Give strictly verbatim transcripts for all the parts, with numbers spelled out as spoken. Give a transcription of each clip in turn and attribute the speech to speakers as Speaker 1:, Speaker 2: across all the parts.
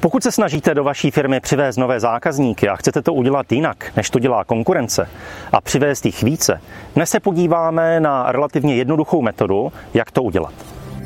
Speaker 1: Pokud se snažíte do vaší firmy přivést nové zákazníky a chcete to udělat jinak, než to dělá konkurence, a přivést jich více, dnes se podíváme na relativně jednoduchou metodu, jak to udělat.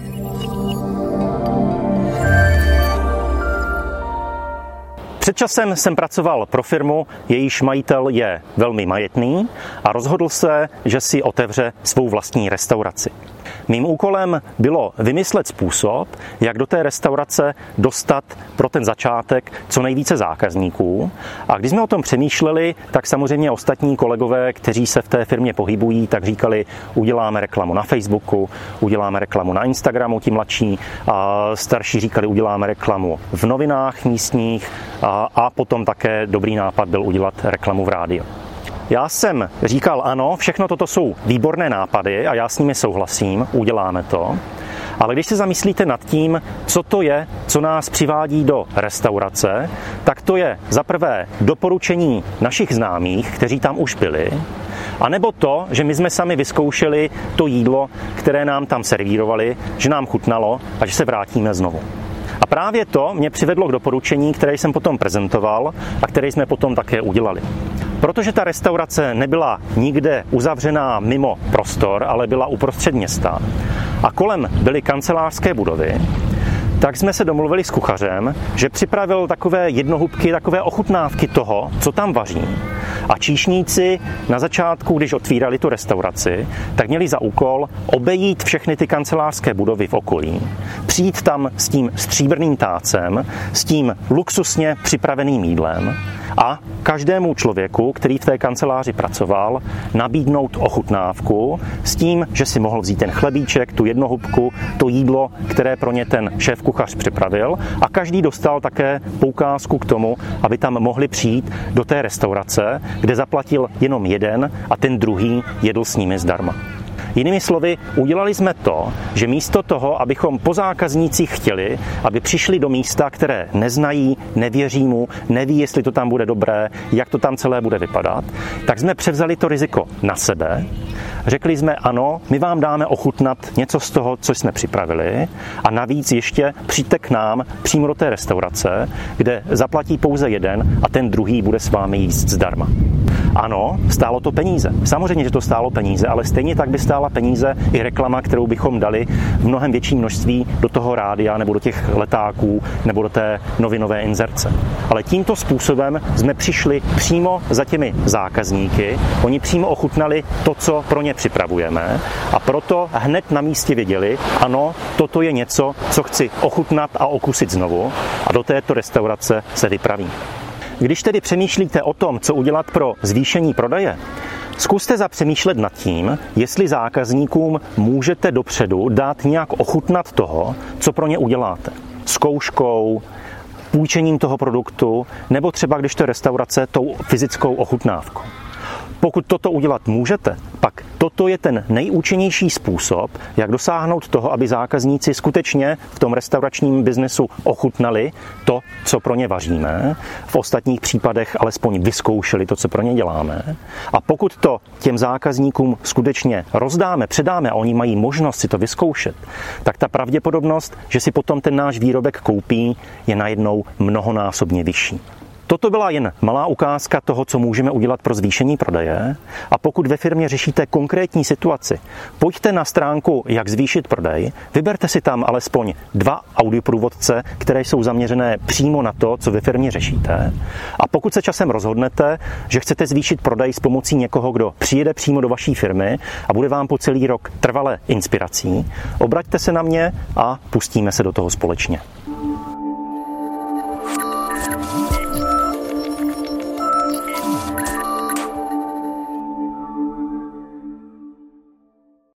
Speaker 1: Před časem jsem pracoval pro firmu, jejíž majitel je velmi majetný a rozhodl se, že si otevře svou vlastní restauraci. Mým úkolem bylo vymyslet způsob, jak do té restaurace dostat pro ten začátek co nejvíce zákazníků. A když jsme o tom přemýšleli, tak samozřejmě ostatní kolegové, kteří se v té firmě pohybují, tak říkali, uděláme reklamu na Facebooku, uděláme reklamu na Instagramu, ti mladší, a starší říkali, uděláme reklamu v novinách místních a, a potom také dobrý nápad byl udělat reklamu v rádiu. Já jsem říkal ano, všechno toto jsou výborné nápady a já s nimi souhlasím, uděláme to. Ale když se zamyslíte nad tím, co to je, co nás přivádí do restaurace, tak to je za prvé doporučení našich známých, kteří tam už byli, anebo to, že my jsme sami vyzkoušeli to jídlo, které nám tam servírovali, že nám chutnalo a že se vrátíme znovu. A právě to mě přivedlo k doporučení, které jsem potom prezentoval a které jsme potom také udělali. Protože ta restaurace nebyla nikde uzavřená mimo prostor, ale byla uprostřed města a kolem byly kancelářské budovy, tak jsme se domluvili s kuchařem, že připravil takové jednohubky, takové ochutnávky toho, co tam vaří. A číšníci na začátku, když otvírali tu restauraci, tak měli za úkol obejít všechny ty kancelářské budovy v okolí, přijít tam s tím stříbrným tácem, s tím luxusně připraveným jídlem a každému člověku, který v té kanceláři pracoval, nabídnout ochutnávku s tím, že si mohl vzít ten chlebíček, tu jednohubku, to jídlo, které pro ně ten šéf kuchař připravil, a každý dostal také poukázku k tomu, aby tam mohli přijít do té restaurace, kde zaplatil jenom jeden a ten druhý jedl s nimi zdarma. Jinými slovy, udělali jsme to, že místo toho, abychom po zákaznících chtěli, aby přišli do místa, které neznají, nevěří mu, neví, jestli to tam bude dobré, jak to tam celé bude vypadat, tak jsme převzali to riziko na sebe. Řekli jsme ano, my vám dáme ochutnat něco z toho, co jsme připravili, a navíc ještě přijďte k nám přímo do té restaurace, kde zaplatí pouze jeden a ten druhý bude s vámi jíst zdarma. Ano, stálo to peníze. Samozřejmě, že to stálo peníze, ale stejně tak by stála peníze i reklama, kterou bychom dali v mnohem větším množství do toho rádia nebo do těch letáků nebo do té novinové inzerce. Ale tímto způsobem jsme přišli přímo za těmi zákazníky, oni přímo ochutnali to, co pro ně připravujeme, a proto hned na místě věděli, ano, toto je něco, co chci ochutnat a okusit znovu, a do této restaurace se vypravím. Když tedy přemýšlíte o tom, co udělat pro zvýšení prodeje, zkuste zapřemýšlet nad tím, jestli zákazníkům můžete dopředu dát nějak ochutnat toho, co pro ně uděláte. Zkouškou, půjčením toho produktu, nebo třeba když to je restaurace, tou fyzickou ochutnávkou. Pokud toto udělat můžete, pak toto je ten nejúčinnější způsob, jak dosáhnout toho, aby zákazníci skutečně v tom restauračním biznesu ochutnali to, co pro ně vaříme, v ostatních případech alespoň vyzkoušeli to, co pro ně děláme. A pokud to těm zákazníkům skutečně rozdáme, předáme a oni mají možnost si to vyzkoušet, tak ta pravděpodobnost, že si potom ten náš výrobek koupí, je najednou mnohonásobně vyšší. Toto byla jen malá ukázka toho, co můžeme udělat pro zvýšení prodeje, a pokud ve firmě řešíte konkrétní situaci, pojďte na stránku Jak zvýšit prodej, vyberte si tam alespoň dva audioprůvodce, které jsou zaměřené přímo na to, co ve firmě řešíte, a pokud se časem rozhodnete, že chcete zvýšit prodej s pomocí někoho, kdo přijede přímo do vaší firmy a bude vám po celý rok trvale inspirací, obraťte se na mě a pustíme se do toho společně.